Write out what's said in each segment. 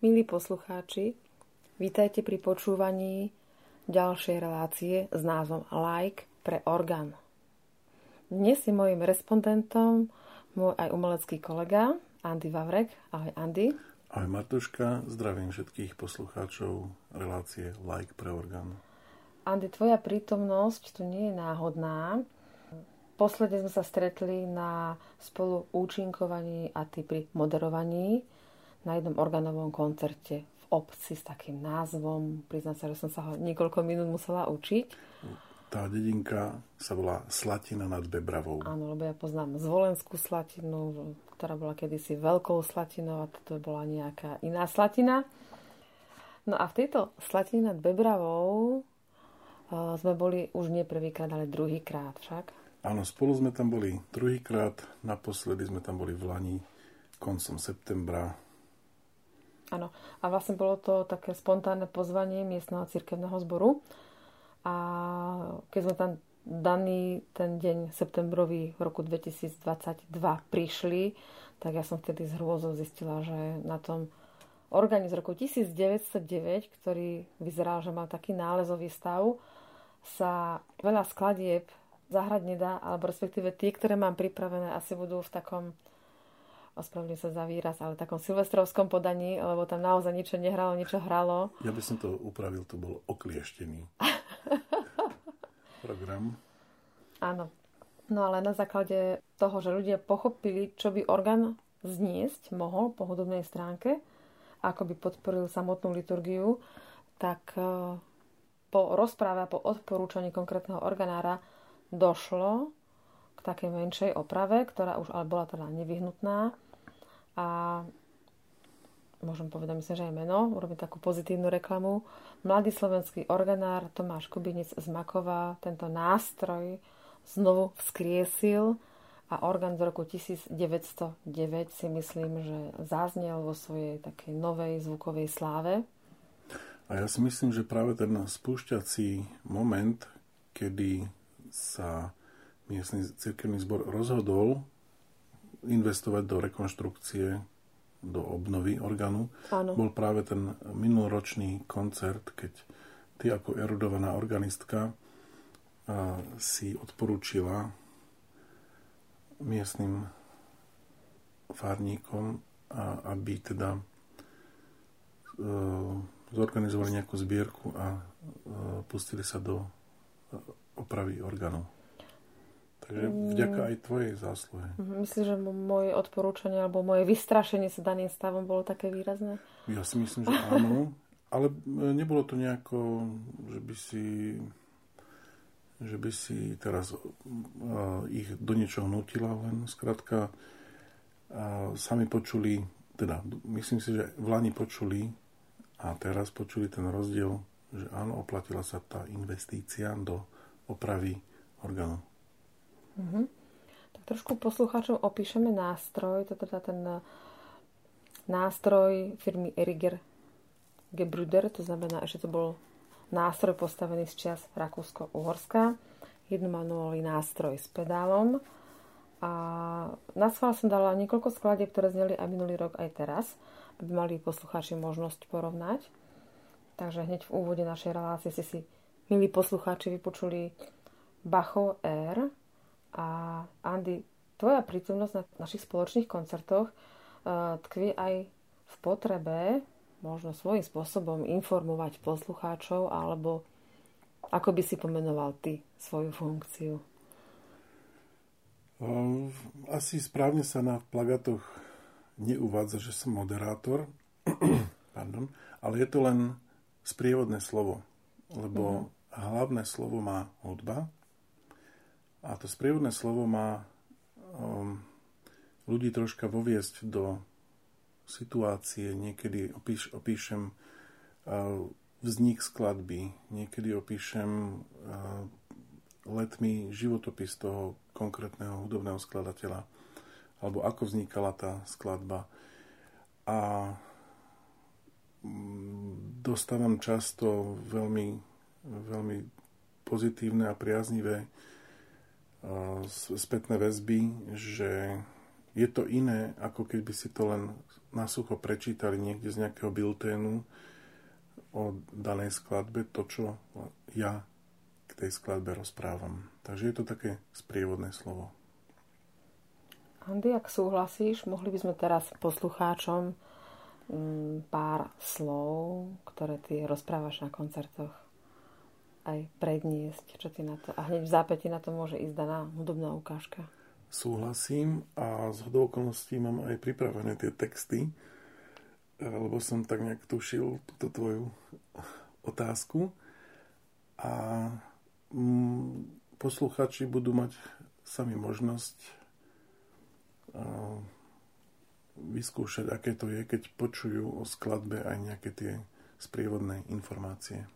Milí poslucháči, vítajte pri počúvaní ďalšej relácie s názvom Like pre orgán. Dnes je mojím respondentom môj aj umelecký kolega Andy Vavrek. Ahoj Andy. Ahoj Martuška, zdravím všetkých poslucháčov relácie Like pre orgán. Andy, tvoja prítomnosť tu nie je náhodná. Posledne sme sa stretli na spolu účinkovaní a ty pri moderovaní na jednom orgánovom koncerte v obci s takým názvom. Priznám sa, že som sa ho niekoľko minút musela učiť. Tá dedinka sa volá Slatina nad Bebravou. Áno, lebo ja poznám Zvolenskú Slatinu, ktorá bola kedysi Veľkou Slatinou a toto bola nejaká iná Slatina. No a v tejto Slatine nad Bebravou sme boli už nie prvýkrát, ale druhýkrát však. Áno, spolu sme tam boli druhýkrát. Naposledy sme tam boli v Lani koncom septembra. Áno, a vlastne bolo to také spontánne pozvanie miestneho cirkevného zboru. A keď sme tam daný ten deň septembrový v roku 2022 prišli, tak ja som vtedy s hrôzou zistila, že na tom orgáne z roku 1909, ktorý vyzeral, že mal taký nálezový stav, sa veľa skladieb zahrať nedá, alebo respektíve tie, ktoré mám pripravené, asi budú v takom, ospravedlňujem sa za výraz, ale takom silvestrovskom podaní, lebo tam naozaj niečo nehralo, niečo hralo. Ja by som to upravil, to bol oklieštený program. Áno. No ale na základe toho, že ľudia pochopili, čo by orgán zniesť mohol po hudobnej stránke, ako by podporil samotnú liturgiu, tak po rozpráve a po odporúčaní konkrétneho organára došlo k takej menšej oprave, ktorá už ale bola teda nevyhnutná. A môžem povedať, myslím, že aj meno, urobím takú pozitívnu reklamu. Mladý slovenský organár Tomáš Kubinec z Makova tento nástroj znovu vzkriesil a orgán z roku 1909 si myslím, že zaznel vo svojej takej novej zvukovej sláve. A ja si myslím, že práve ten spúšťací moment, kedy sa miestny cirkevný zbor rozhodol investovať do rekonštrukcie, do obnovy orgánu, bol práve ten minuloročný koncert, keď ty ako erudovaná organistka si odporúčila miestnym farníkom, aby teda zorganizovali nejakú zbierku a pustili sa do opravy orgánu. Takže vďaka aj tvojej zásluhe. Myslíš, že moje odporúčanie alebo moje vystrašenie sa daným stavom bolo také výrazné? Ja si myslím, že áno. Ale nebolo to nejako, že by si teraz ich do niečoho nutila, len skrátka sami počuli, teda myslím si, že v Lani počuli a teraz počuli ten rozdiel, že áno, oplatila sa tá investícia do opravy orgánu. Tak trošku poslucháčom opíšeme nástroj. To teda ten nástroj firmy Eriger Gebrüder, to znamená, že to bol nástroj postavený z čias Rakúsko-Uhorska. Jednomanuálny nástroj s pedálom. A na schvál som dala niekoľko skladieb, ktoré zneli aj minulý rok, aj teraz, aby mali poslucháči možnosť porovnať. Takže hneď v úvode našej relácie si, milí poslucháči, vypočuli Bachov R. A Andy, tvoja prítomnosť na našich spoločných koncertoch tkví aj v potrebe možno svojím spôsobom informovať poslucháčov, alebo ako by si pomenoval ty svoju funkciu? Asi správne sa na plagátoch neuvádza, že som moderátor, pardon, ale je to len sprievodné slovo, lebo hlavné slovo má hudba. A to sprievodné slovo má ľudí troška voviesť do situácie. Niekedy opíšem vznik skladby, niekedy opíšem letmý životopis toho konkrétneho hudobného skladateľa, alebo ako vznikala tá skladba. A dostávam často veľmi, veľmi pozitívne a priaznivé spätné väzby, že Je to iné, ako keď by si to len na sucho prečítali niekde z nejakého bilténu o danej skladbe, to, čo ja k tej skladbe rozprávam. Takže je to také sprievodné slovo. Andy, ak súhlasíš, mohli by sme teraz poslucháčom pár slov, ktoré ty rozprávaš na koncertoch, aj predniesť, čo ty na to... A hneď v zápäti na to môže ísť daná hudobná ukážka. Súhlasím a z hodou okolností mám aj pripravené tie texty, lebo som tak nejak tušil túto tvoju otázku a posluchači budú mať sami možnosť vyskúšať, aké to je, keď počujú o skladbe aj nejaké tie sprievodné informácie.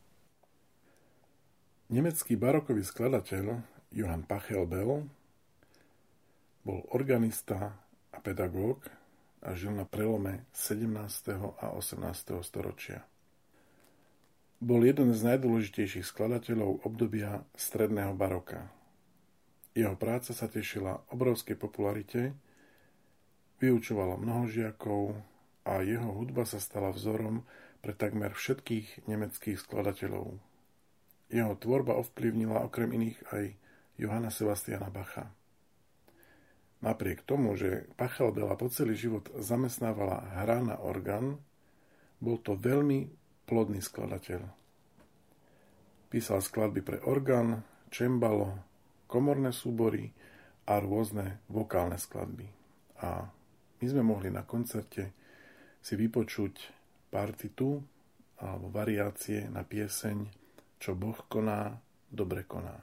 Nemecký barokový skladateľ Johann Pachelbel bol organista a pedagóg a žil na prelome 17. a 18. storočia. Bol jeden z najdôležitejších skladateľov obdobia stredného baroka. Jeho práca sa tešila obrovskej popularite, vyučovalo mnoho žiakov a jeho hudba sa stala vzorom pre takmer všetkých nemeckých skladateľov. Jeho tvorba ovplyvnila okrem iných aj Johanna Sebastiana Bacha. Napriek tomu, že Pachelbela po celý život zamestnávala hra na orgán, bol to veľmi plodný skladateľ. Písal skladby pre orgán, čembalo, komorné súbory a rôzne vokálne skladby. A my sme mohli na koncerte si vypočuť partitu alebo variácie na pieseň Čo Boh koná, dobre koná.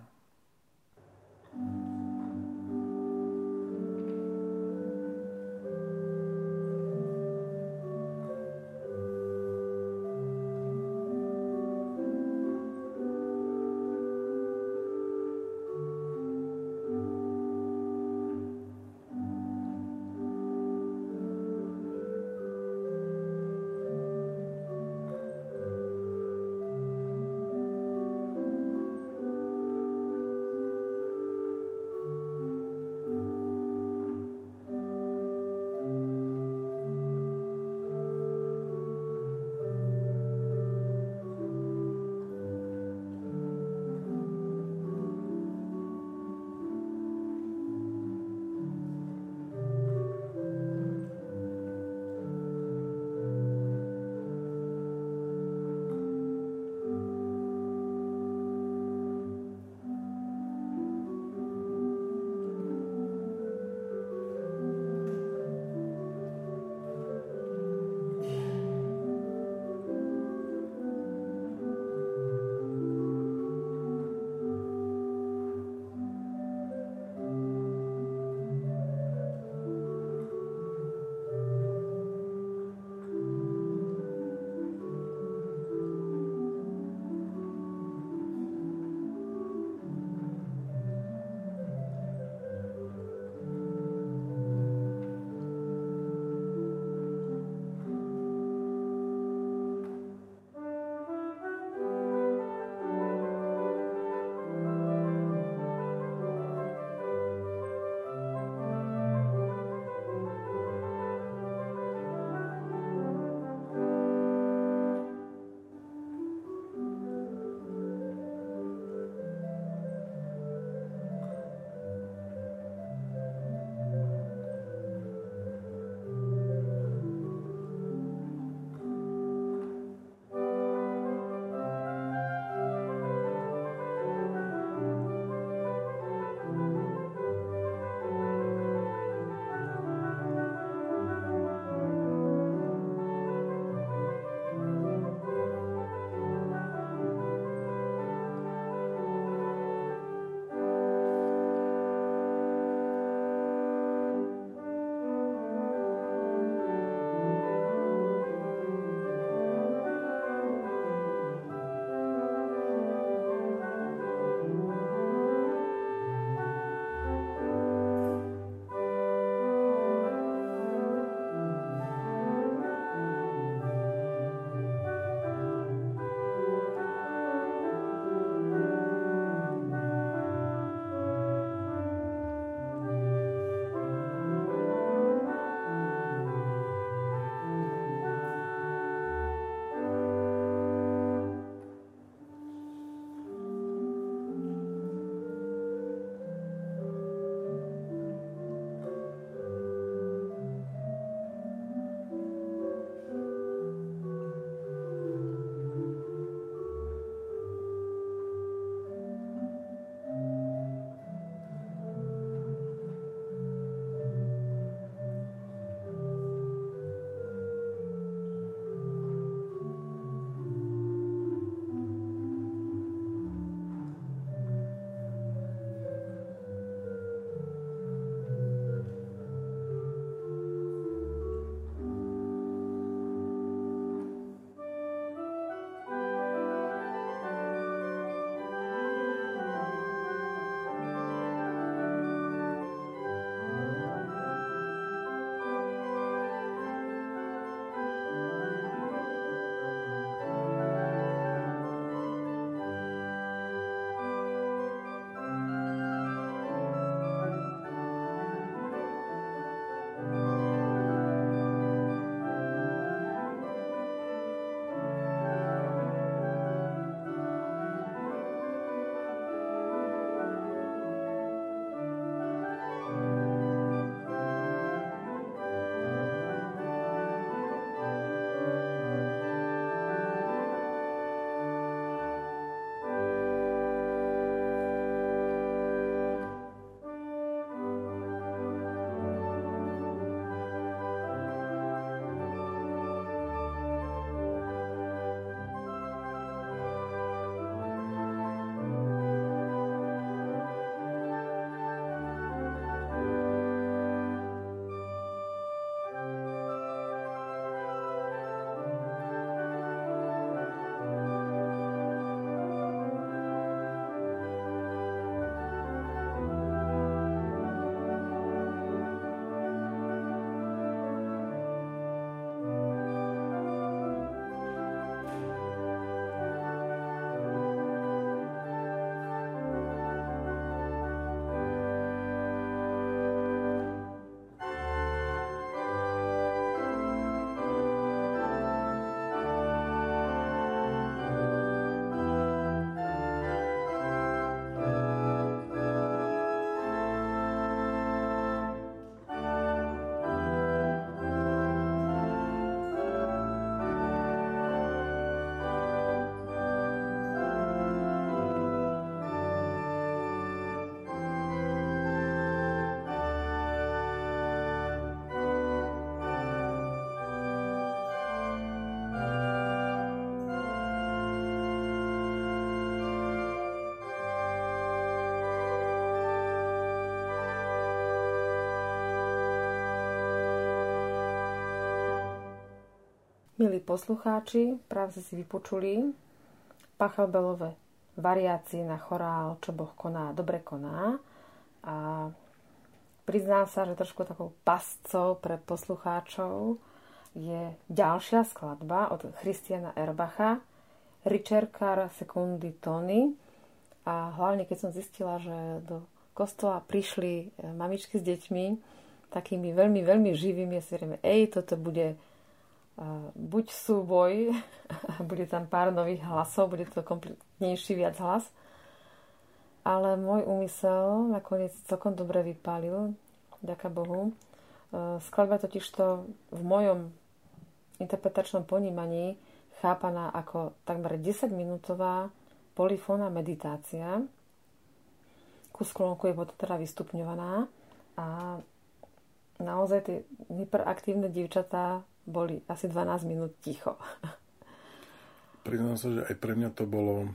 Milí poslucháči, práve ste si vypočuli Pachelbelové variácie na chorál Čo Boh koná, dobre koná. A priznám sa, že trošku takou pascou pre poslucháčov je ďalšia skladba od Christiana Erbacha, Ricercar secundi toni. A hlavne, keď som zistila, že do kostola prišli mamičky s deťmi, takými veľmi, veľmi živými, ja si veríme, toto bude buď súboj, bude tam pár nových hlasov, bude to kompletnejší viac hlas, ale môj úmysel nakoniec celkom dobre vypálil, ďaká Bohu. Skladba totižto v mojom interpretačnom ponímaní chápaná ako takmer 10-minútová polifónna meditácia. Ku sklonku je potom teda vystupňovaná a naozaj tie hyperaktívne dievčatá boli asi 12 minút ticho. Priznám sa, že aj pre mňa to bolo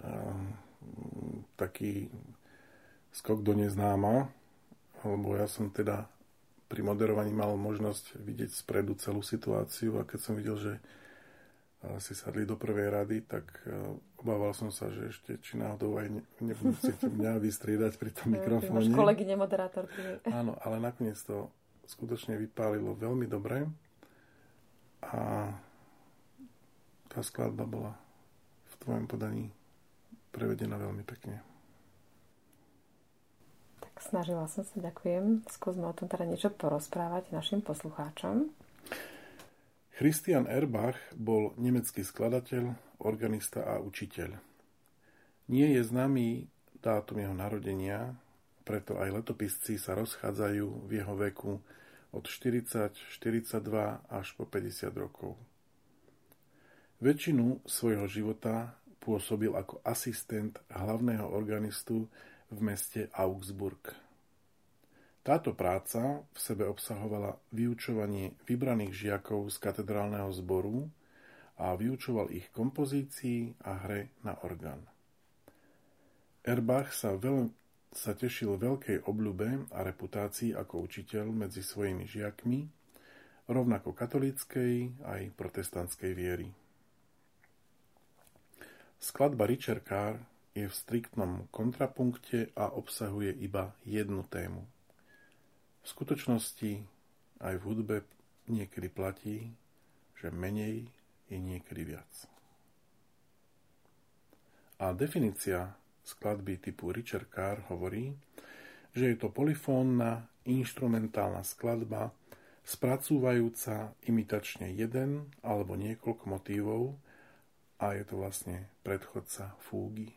taký skok do neznáma, lebo ja som teda pri moderovaní mal možnosť vidieť spredu celú situáciu a keď som videl, že si sadli do prvej rady, tak obával som sa, že ešte či náhodou aj nebudú chcieť mňa vystriedať pri tom mikrofóne. Máš kolegyne moderátorky. Áno, ale nakoniec to skutočne vypálilo veľmi dobre a tá skladba bola v tvojom podaní prevedená veľmi pekne. Tak snažila som sa, ďakujem. Skúsme o tom teda niečo porozprávať našim poslucháčom. Christian Erbach bol nemecký skladateľ, organista a učiteľ. Nie je známy dátum jeho narodenia, preto aj letopisci sa rozchádzajú v jeho veku od 40, 42 až po 50 rokov. Väčšinu svojho života pôsobil ako asistent hlavného organistu v meste Augsburg. Táto práca v sebe obsahovala vyučovanie vybraných žiakov z katedrálneho zboru a vyučoval ich kompozícii a hre na orgán. Erbach sa tešil veľkej obľube a reputácii ako učiteľ medzi svojimi žiakmi, rovnako katolíckej aj protestantskej viery. Skladba Ricercar je v striktnom kontrapunkte a obsahuje iba jednu tému. V skutočnosti aj v hudbe niekedy platí, že menej je niekedy viac. A definícia skladby typu Ricercar hovorí, že je to polifónna inštrumentálna skladba spracúvajúca imitačne jeden alebo niekoľko motívov a je to vlastne predchodca fúgy.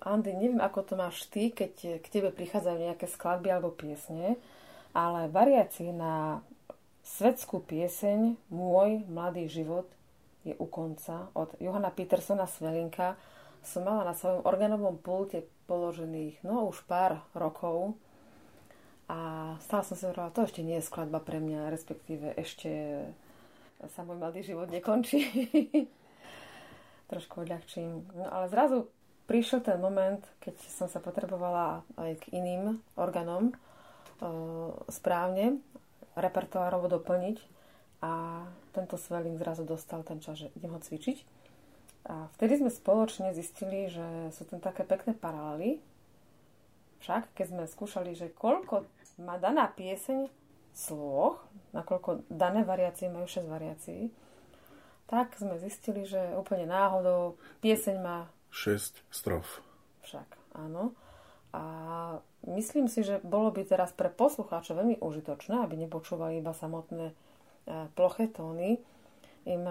Andy, neviem, ako to máš ty, keď k tebe prichádzajú nejaké skladby alebo piesne, ale variácie na svetskú pieseň Môj mladý život je u konca od Johana Petersona Smelinka som mala na svojom organovom pulte položených už pár rokov a stále som si hovorila, to ešte nie je skladba pre mňa, respektíve ešte sa môj mladý život nekončí. Trošku odľahčím. No ale zrazu prišiel ten moment, keď som sa potrebovala aj k iným orgánom správne repertoárovo doplniť a tento Smeling zrazu dostal ten čas, že idem ho cvičiť. A vtedy sme spoločne zistili, že sú tam také pekné paralely. Však, keď sme skúšali, že koľko má daná pieseň slôh, nakoľko dané variácie majú 6 variácií, tak sme zistili, že úplne náhodou pieseň má 6 strof. Však, áno. A myslím si, že bolo by teraz pre poslucháčov veľmi užitočné, aby nepočúvali iba samotné ploché tóny, im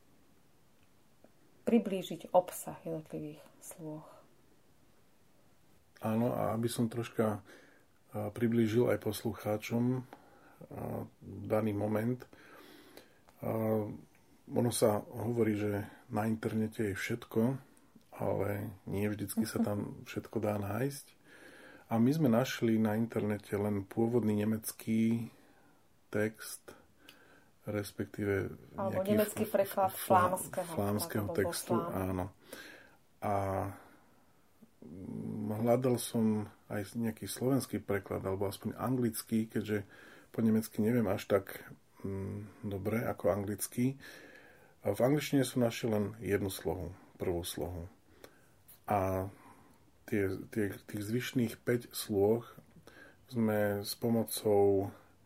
priblížiť obsah jednotlivých slôh. Áno, a aby som troška priblížil aj poslucháčom daný moment. Ono sa hovorí, že na internete je všetko, ale nie vždycky sa tam všetko dá nájsť. A my sme našli na internete len pôvodný nemecký text, respektíve alebo nemecký preklad flámskeho textu, áno. A hľadal som aj nejaký slovenský preklad, alebo aspoň anglický, keďže po nemecky neviem až tak dobre ako anglicky. A v angličtine som našiel len jednu slohu, prvú slohu. A tých zvyšných 5 slôh sme s pomocou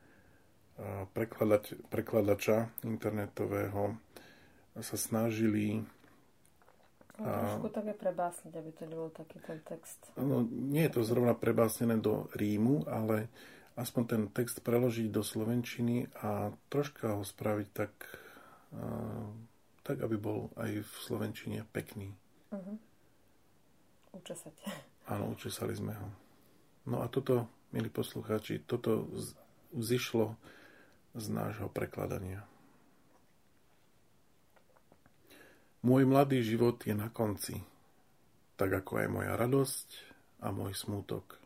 prekladača internetového sa snažili trošku také prebásniť, aby to nebol taký ten text. No, nie je to zrovna prebásnené do rímu, ale aspoň ten text preložiť do slovenčiny a troška ho spraviť tak aby bol aj v slovenčine pekný. Učesať. Áno, učesali sme ho. No a toto, milí poslucháči, toto vzýšlo z nášho prekladania. Môj mladý život je na konci, tak ako aj moja radosť a môj smútok.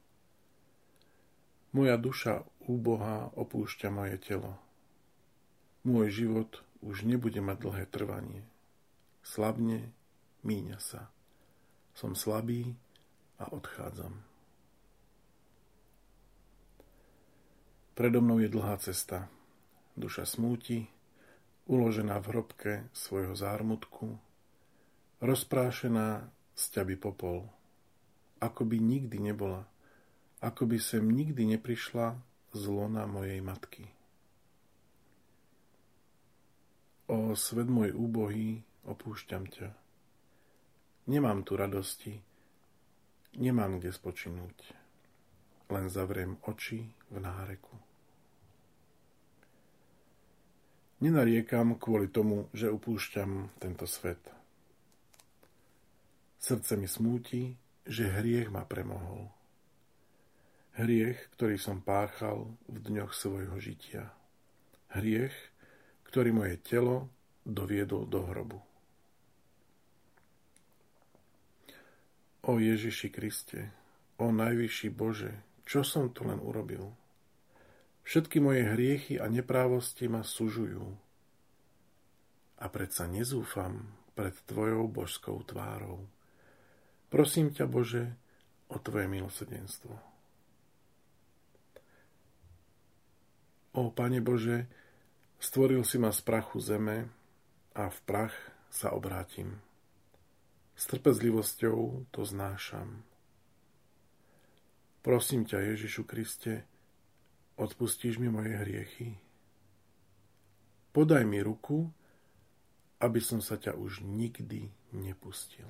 Moja duša úbohá opúšťa moje telo. Môj život už nebude mať dlhé trvanie. Slabne, míňa sa. Som slabý a odchádzam. Predo mnou je dlhá cesta. Duša smúti, uložená v hrobke svojho zármutku, rozprášená sťaby popol. Ako by nikdy nebola, ako by sem nikdy neprišla z lona mojej matky. O svet môj úbohý, opúšťam ťa. Nemám tu radosti, nemám kde spočinúť. Len zavriem oči v náreku. Nenariekam kvôli tomu, že upúšťam tento svet. Srdce mi smúti, že hriech ma premohol. Hriech, ktorý som páchal v dňoch svojho žitia. Hriech, ktorý moje telo doviedol do hrobu. O Ježiši Kriste, o najvyšší Bože, čo som to len urobil? Všetky moje hriechy a neprávosti ma sužujú. A predsa nezúfam pred tvojou božskou tvárou. Prosím ťa, Bože, o tvoje milosrdenstvo. O Pane Bože, stvoril si ma z prachu zeme a v prach sa obrátim. S trpezlivosťou to znášam. Prosím ťa, Ježišu Kriste, odpustíš mi moje hriechy? Podaj mi ruku, aby som sa ťa už nikdy nepustil.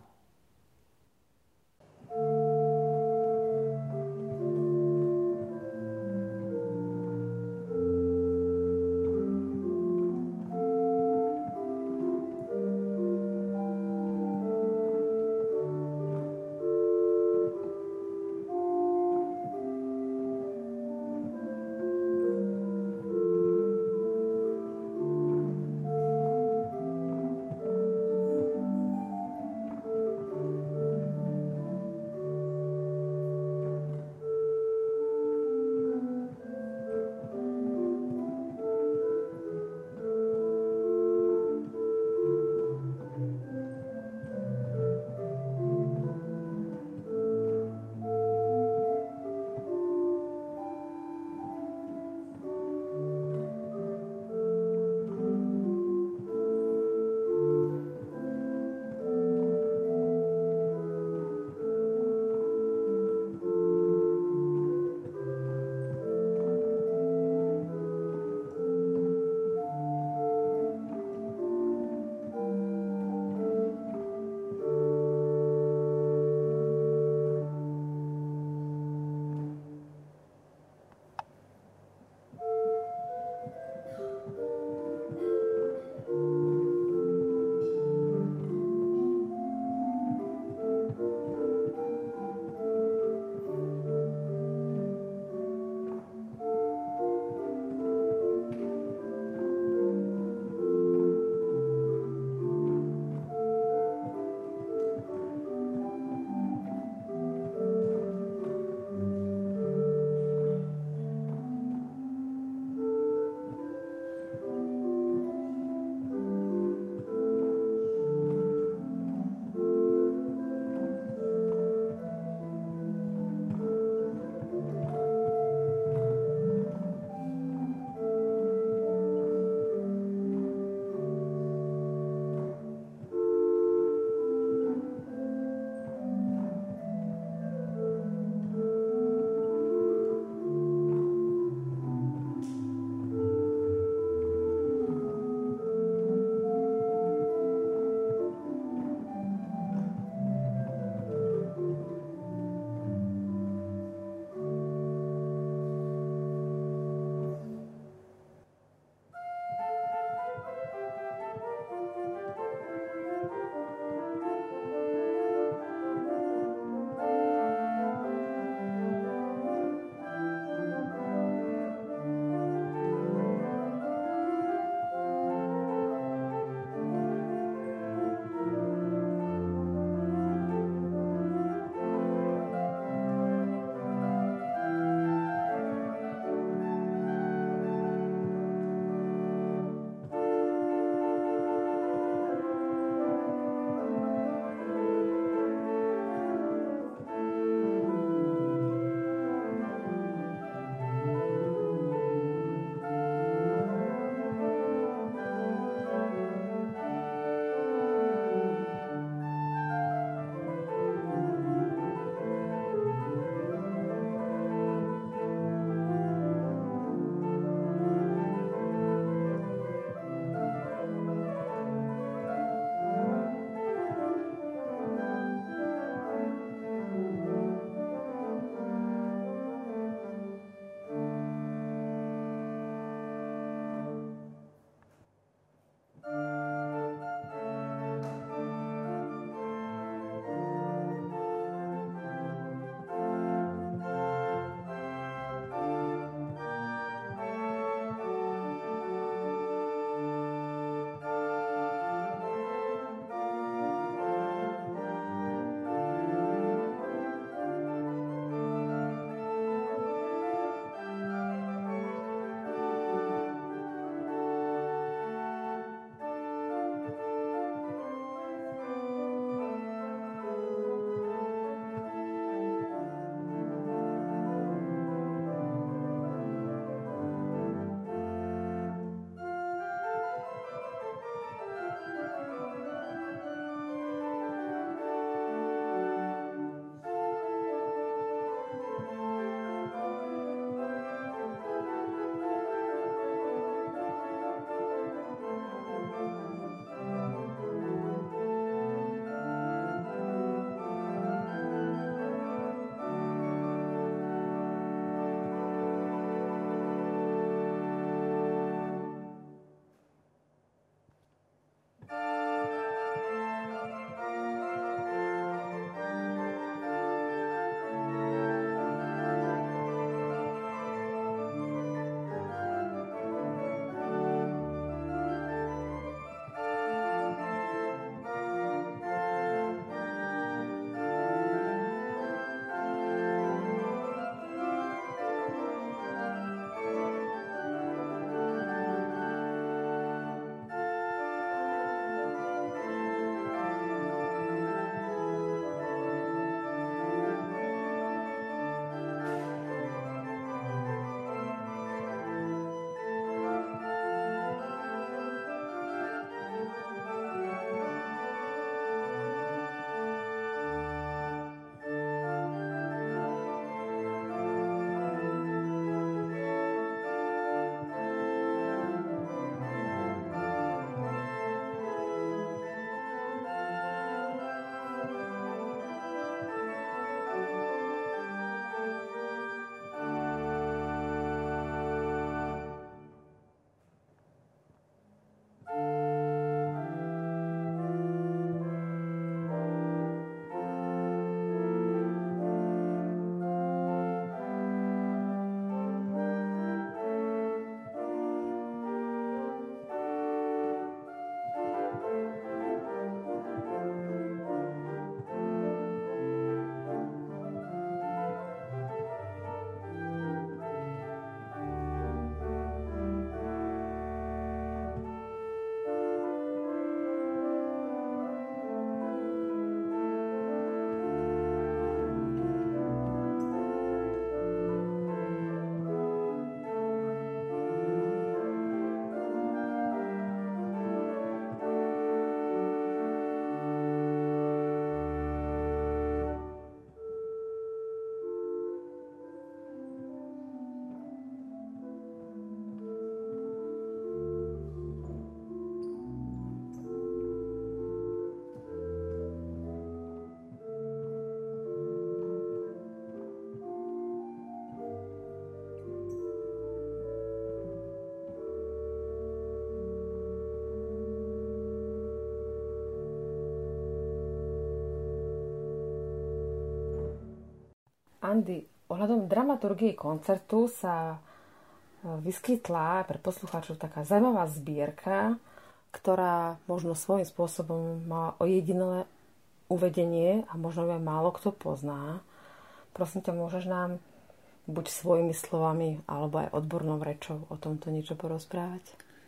Andy, ohľadom dramaturgie koncertu sa vyskytla pre poslucháčov taká zaujímavá zbierka, ktorá možno svojím spôsobom má ojedinelé uvedenie a možno ju aj málo kto pozná. Prosím ťa, môžeš nám buď svojimi slovami, alebo aj odbornou rečou o tomto niečo porozprávať?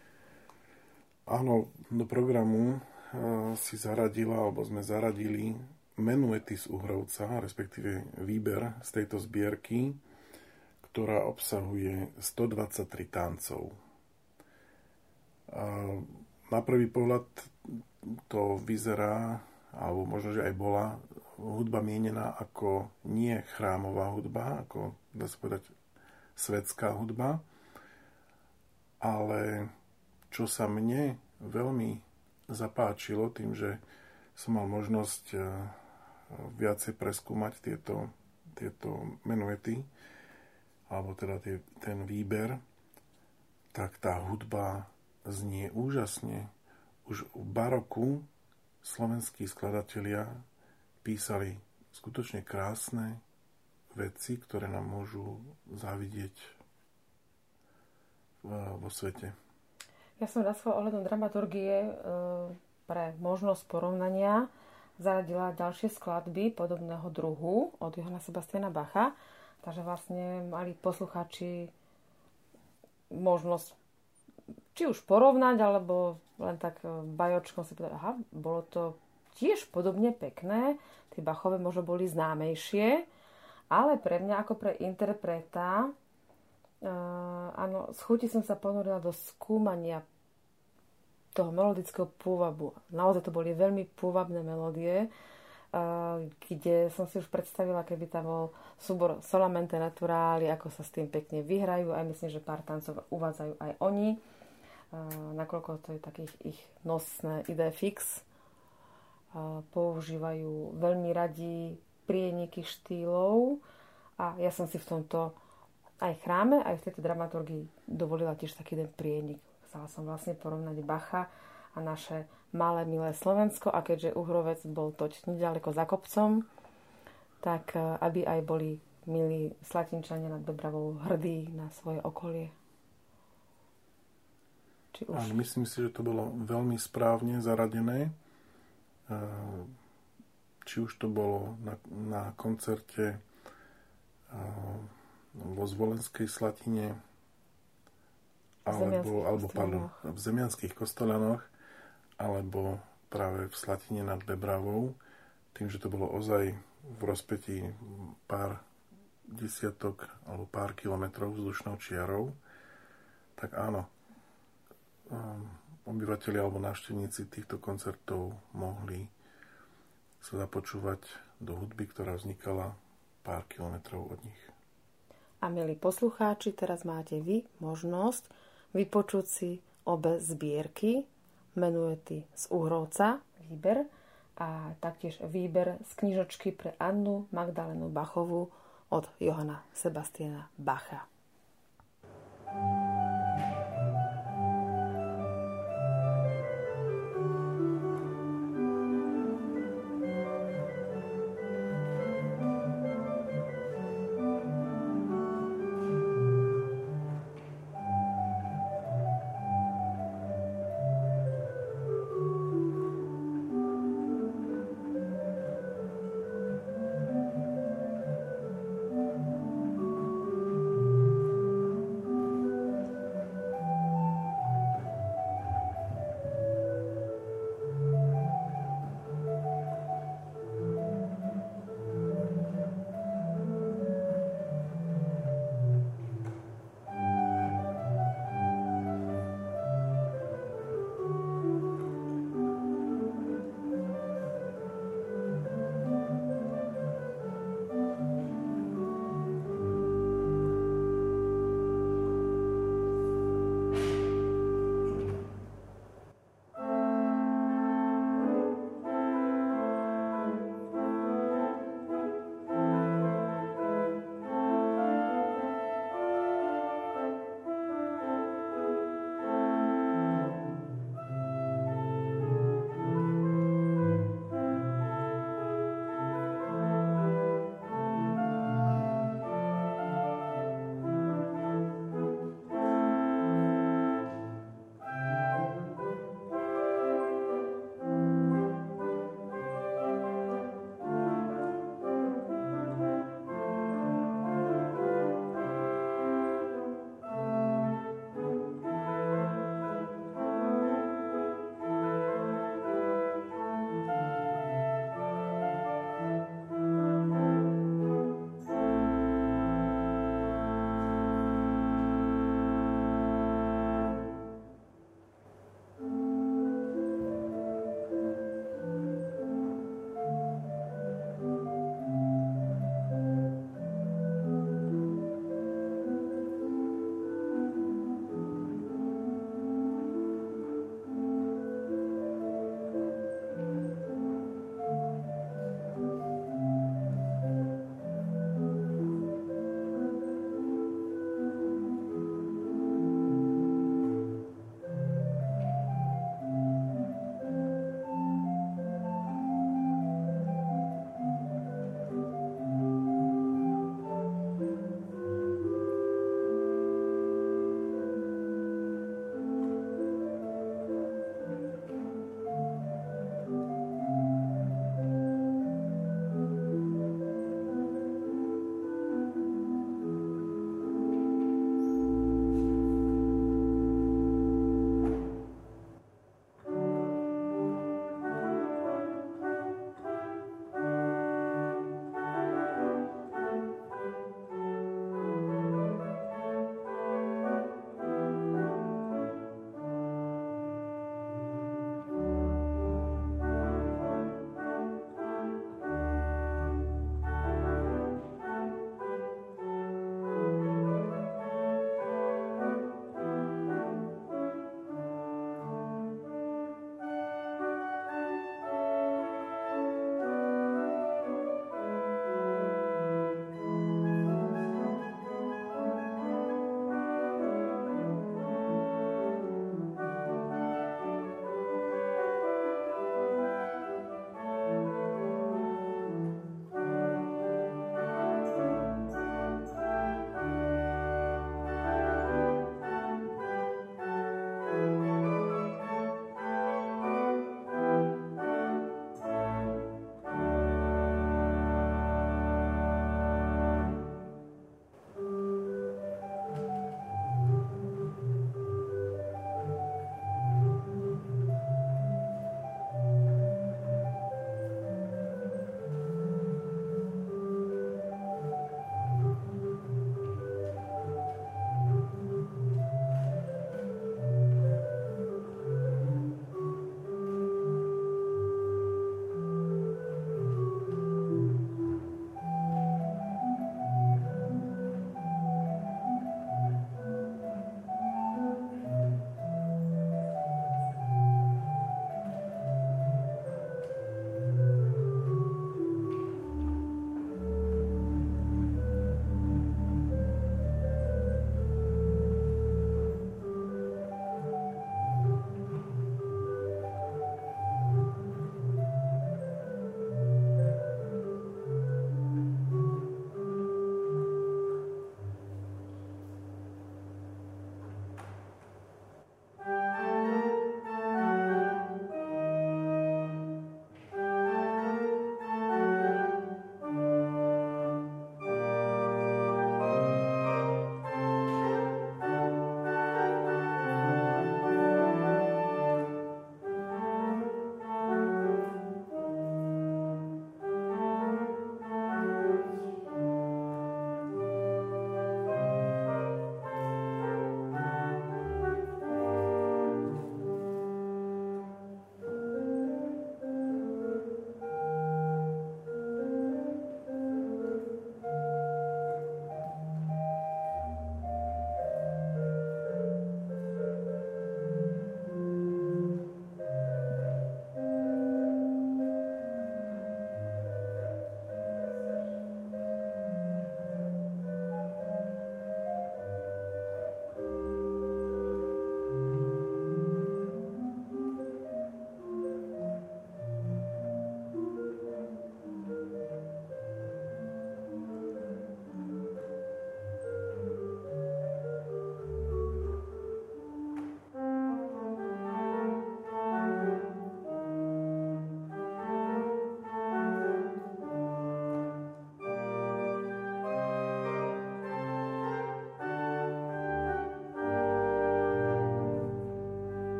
Áno, do programu si zaradila, alebo sme zaradili menuety z Uhrovca, respektíve výber z tejto zbierky, ktorá obsahuje 123 tancov. Na prvý pohľad to vyzerá, alebo možno, že aj bola hudba mienená ako nie chrámová hudba, ako, dá sa povedať, svetská hudba, ale čo sa mne veľmi zapáčilo tým, že som mal možnosť viacej preskúmať tieto menuety, alebo teda ten výber, tak tá hudba znie úžasne. Už v baroku slovenskí skladatelia písali skutočne krásne veci, ktoré nám môžu závidieť vo svete. Ja som na svoj ohľadom dramaturgie pre možnosť porovnania zaradila ďalšie skladby podobného druhu od Johanna Sebastiana Bacha. Takže vlastne mali poslucháči možnosť či už porovnať, alebo len tak bajočkom si povedať, aha, bolo to tiež podobne pekné, tie Bachové možno boli známejšie, ale pre mňa ako pre interpreta áno, z chuti som sa ponorila do skúmania toho melodického pôvabu. Naozaj to boli veľmi pôvabné melódie, kde som si už predstavila, keby tam bol súbor Solamente Naturali, ako sa s tým pekne vyhrajú. Aj myslím, že pár tancov uvádzajú aj oni, nakoľko to je takých ich nosné idé fix. Používajú veľmi radi prieniky štýlov a ja som si v tomto aj chráme, aj v tejto dramaturgii dovolila tiež taký ten prienik. Chcela som vlastne porovnať Bacha a naše malé, milé Slovensko, a keďže Uhrovec bol toť nedaleko za kopcom, tak aby aj boli milí Slatinčania nad Bebravou hrdí na svoje okolie. Áno, myslím si, že to bolo veľmi správne zaradené. Či už to bolo na koncerte vo Zvolenskej Slatine, alebo v Zemianskych Kostolanoch, alebo práve v Slatine nad Bebravou, tým, že to bolo ozaj v rozpätí pár desiatok alebo pár kilometrov vzdušnou čiarou, tak áno, obyvatelia alebo návštevníci týchto koncertov mohli sa započúvať do hudby, ktorá vznikala pár kilometrov od nich. A milí poslucháči, teraz máte vy možnosť vypočuť si obe zbierky menuety z Uhrovca, výber, a taktiež výber z knižočky pre Annu Magdalénu Bachovú od Johanna Sebastiana Bacha.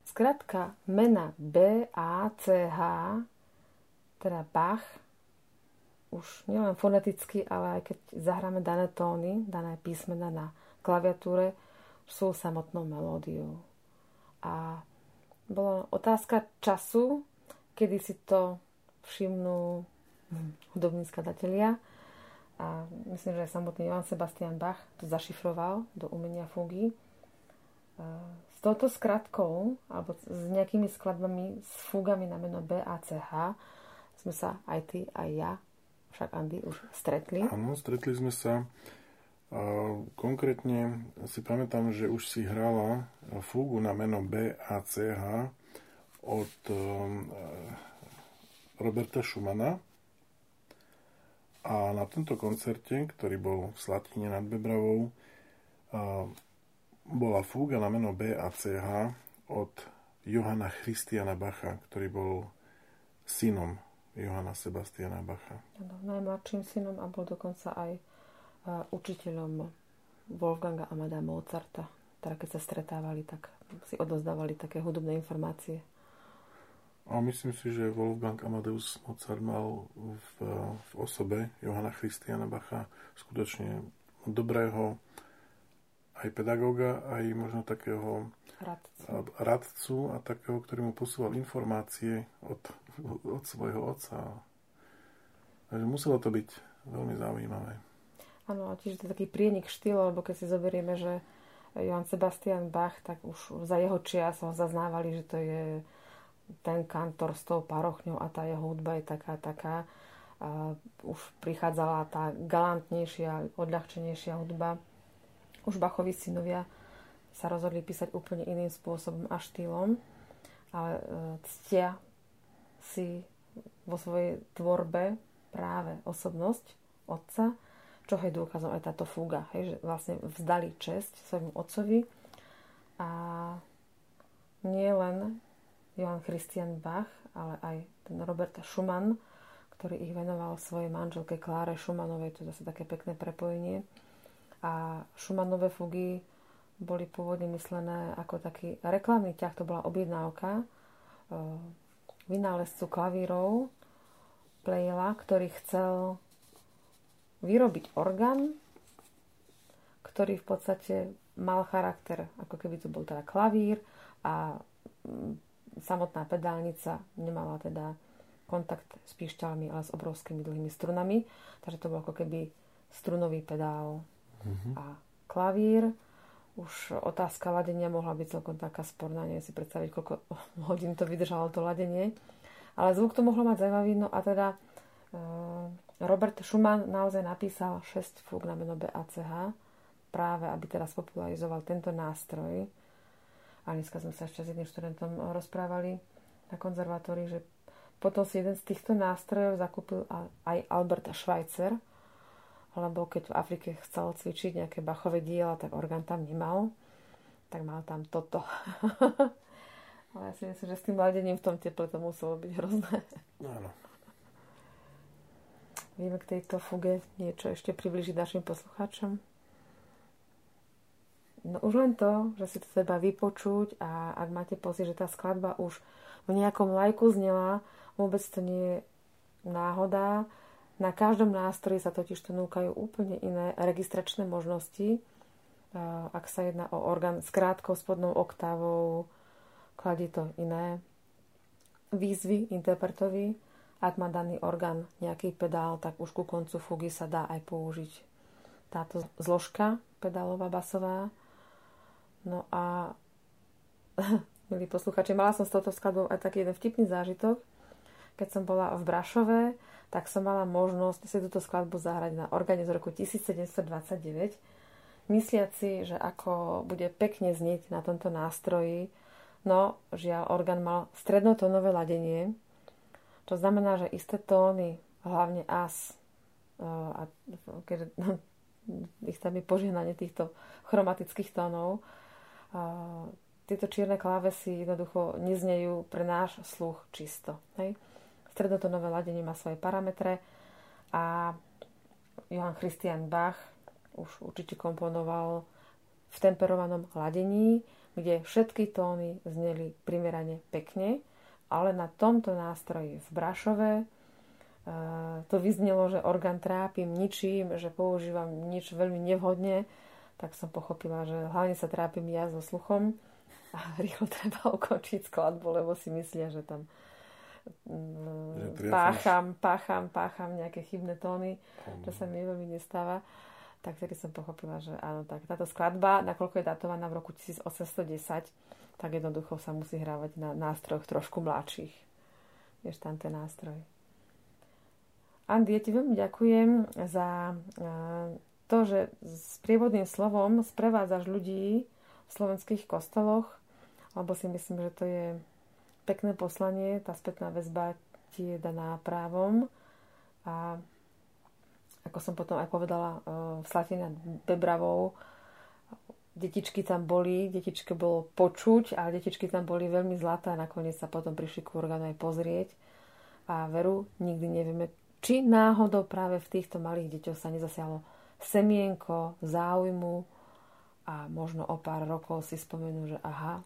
skratka mena B, A, C, H, teda Bach, už nielen foneticky, ale aj keď zahráme dané tóny, dané písmena na klaviatúre, sú samotnou melódiou. A bola otázka času, kedy si to všimnú hudobní skladatelia. A myslím, že samotný Johann Sebastian Bach to zašifroval do umenia fúgy. S touto skratkou, alebo s nejakými skladbami, s fúgami na meno B, A, C, H, sme sa aj ty, aj ja, však Andy, už stretli. Áno, stretli sme sa. Konkrétne si pamätám, že už si hrala fúgu na meno B, A, C, H od Roberta Schumana. A na tomto koncerte, ktorý bol v Slatíne nad Bebravou, bola fúga na meno B a CH od Johanna Christiana Bacha, ktorý bol synom Johanna Sebastiana Bacha. Najmladším synom a bol dokonca aj učiteľom Wolfganga Amadea Mozarta. Teda keď sa stretávali, tak si odozdávali také hudobné informácie. A myslím si, že Wolfgang Amadeus Mozart mal v osobe Johanna Christiana Bacha skutočne dobrého aj pedagóga, aj možno takého radcu a takého, ktorý mu posúval informácie od svojho otca. Takže muselo to byť veľmi zaujímavé. Áno, a tiež to je taký prienik štýlu, lebo keď si zoberieme, že Johann Sebastian Bach, tak už za jeho čias ho zaznávali, že to je ten kantor s tou parochňou a tá jeho hudba je taká. A už prichádzala tá galantnejšia, odľahčenejšia hudba. Už Bachovi synovia sa rozhodli písať úplne iným spôsobom a štýlom, ale ctia si vo svojej tvorbe práve osobnosť otca, čo je dôkazom aj táto fúga, hej, že vlastne vzdali česť svojmu otcovi. A nie len Johann Christian Bach, ale aj ten Robert Schumann, ktorý ich venoval svojej manželke Kláre Schumannovej, to je zase také pekné prepojenie. A Schumannové fugy boli pôvodne myslené ako taký reklamný ťah, to bola objednávka vynálezcu klavírov Pleyela, ktorý chcel vyrobiť orgán, ktorý v podstate mal charakter, ako keby to bol teda klavír a samotná pedálnica nemala teda kontakt s píšťalmi, ale s obrovskými dlhými strunami. Takže to bol ako keby strunový pedál. A klavír, už otázka ladenia mohla byť celkom taká sporná. Neviem si predstaviť, koľko hodín to vydržalo to ladenie. Ale zvuk to mohlo mať zaujímavý. No a teda Robert Schumann naozaj napísal 6 fúg na meno BACH práve, aby teraz popularizoval tento nástroj. A dneska sme sa ešte s jedným študentom rozprávali na konzervatórii, že potom si jeden z týchto nástrojov zakúpil aj Albert Schweitzer, lebo keď v Afrike chcel cvičiť nejaké Bachové diela, tak orgán tam nemal, tak mal tam toto. Ale ja si myslím, že s tým ladením v tom teple to muselo byť hrozné. Áno. Vieme k tejto fuge niečo ešte približiť našim poslucháčom? No už len to, že si to treba vypočuť a ak máte pocit, že tá skladba už v nejakom lajku znela, vôbec to nie je náhoda. Na každom nástroji sa totiž to núkajú úplne iné registračné možnosti. Ak sa jedná o orgán s krátkou spodnou oktávou, kladie to iné výzvy interpretovi. Ak má daný orgán nejaký pedál, tak už ku koncu fugy sa dá aj použiť táto zložka pedálová basová. No a milí posluchači, mala som s touto skladbou aj taký jeden vtipný zážitok. Keď som bola v Brašove, tak som mala možnosť si túto skladbu zahrať na orgáne z roku 1729, mysliaci, že ako bude pekne znieť na tomto nástroji. No, žiaľ, orgán mal strednotónové ladenie, čo znamená, že isté tóny, hlavne as, a keď ich tam je požehnanie týchto chromatických tónov, tieto čierne klávesy jednoducho neznejú pre náš sluch čisto. Hej? Strednotónové ladenie má svoje parametre a Johann Christian Bach už určite komponoval v temperovanom ladení, kde všetky tóny zneli primerane pekne, ale na tomto nástroji v Brašove to vyznelo, že orgán trápim ničím, že používam nič veľmi nevhodne, tak som pochopila, že hlavne sa trápim ja so sluchom a rýchlo treba ukončiť skladbu, lebo si myslia, že tam pácham nejaké chybné tóny, čo sa mi veľmi nestáva. Tak vtedy som pochopila, že áno, tak táto skladba, nakoľko je datovaná v roku 1810, tak jednoducho sa musí hrávať na nástrojoch trošku mladších, než tam ten nástroj. Andi, ja ti veľmi ďakujem za to, že s prievodným slovom sprevádzaš ľudí v slovenských kostoloch, lebo si myslím, že to je pekné poslanie, tá spätná väzba ti je daná právom a ako som potom aj povedala v Slatine nad Bebravou, detičky tam boli, detičke bolo počuť, ale detičky tam boli veľmi zlaté a nakoniec sa potom prišli k orgánu aj pozrieť. A veru, nikdy nevieme, či náhodou práve v týchto malých deťoch sa nezasiahlo semienko záujmu a možno o pár rokov si spomenú, že aha,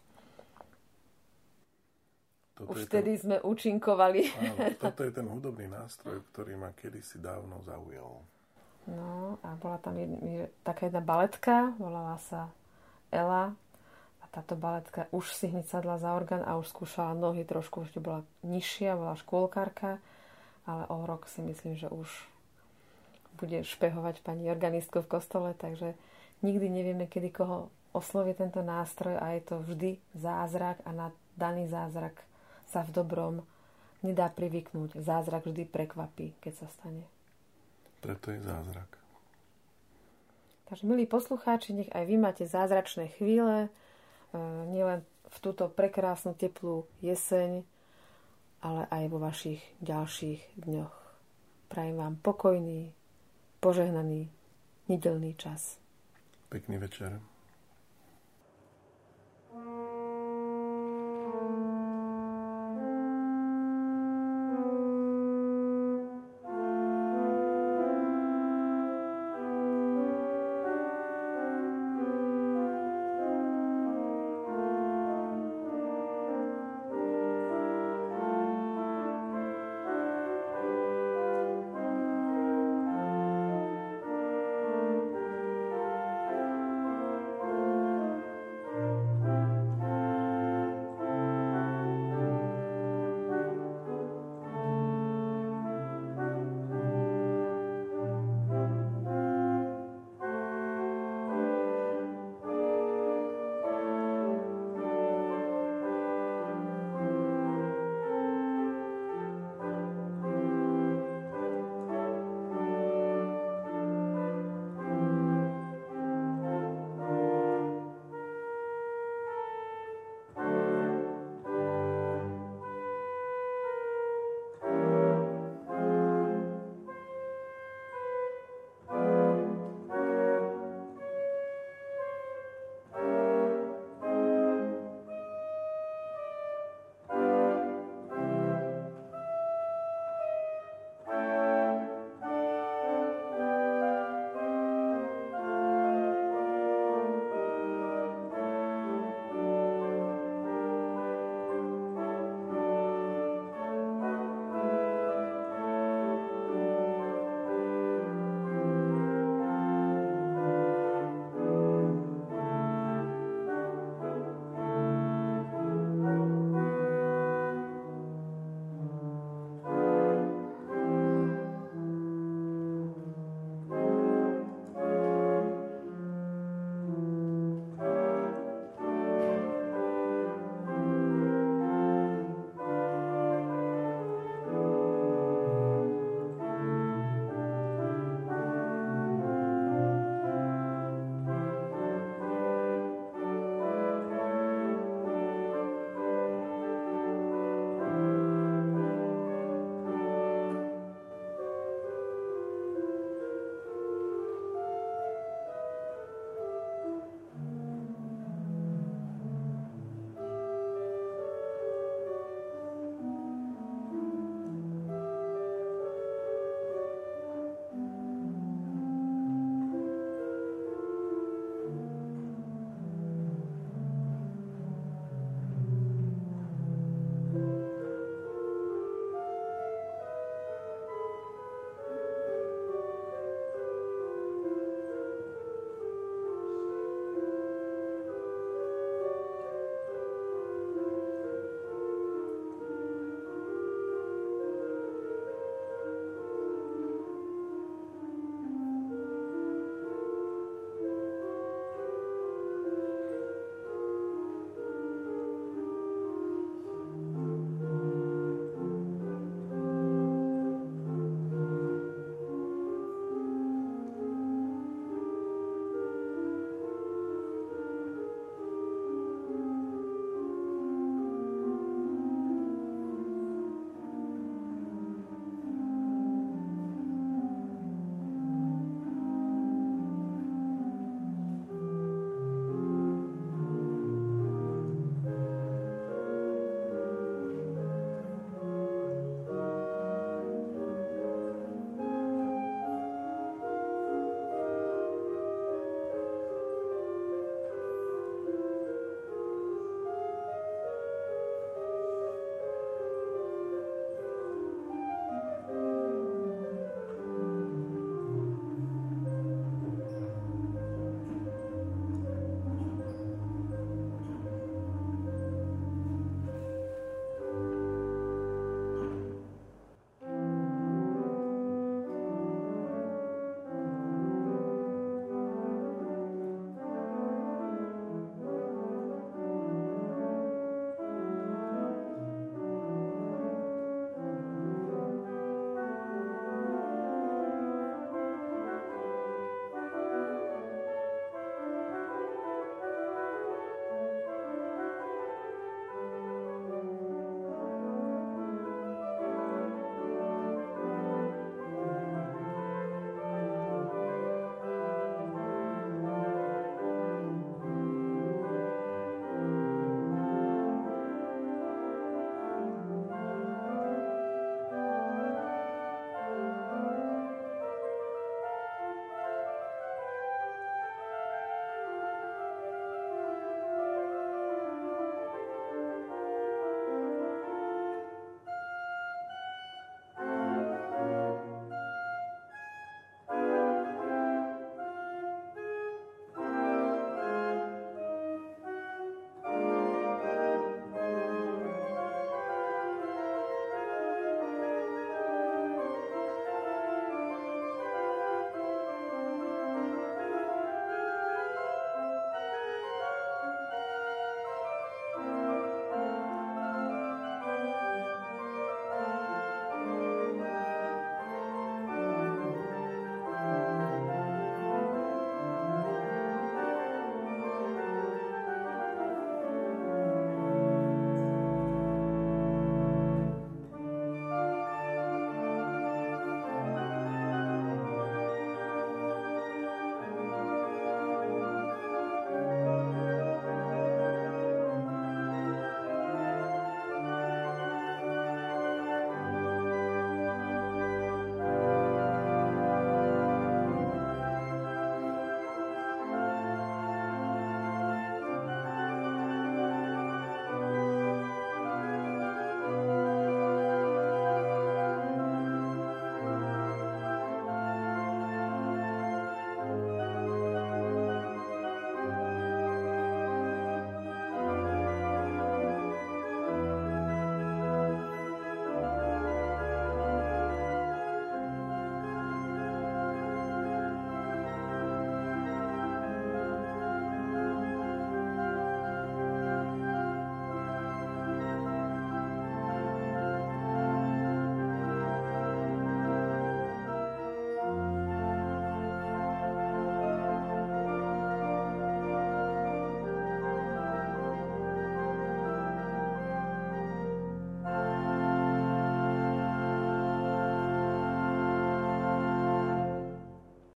už vtedy sme účinkovali. Áno, toto je ten hudobný nástroj, ktorý ma kedysi dávno zaujal. No a bola tam taká jedna baletka, volala sa Ela a táto baletka už si hneď sadla za orgán a už skúšala nohy trošku, ešte bola nižšia, bola škôlkarka, ale o rok si myslím, že už bude špehovať pani organistku v kostole, takže nikdy nevieme, kedy koho osloví tento nástroj a je to vždy zázrak a na daný zázrak sa v dobrom nedá privyknúť. Zázrak vždy prekvapí, keď sa stane. Preto je zázrak. Takže, milí poslucháči, nech aj vy máte zázračné chvíle, nielen v túto prekrásnu teplú jeseň, ale aj vo vašich ďalších dňoch. Prajem vám pokojný, požehnaný, nedeľný čas. Pekný večer.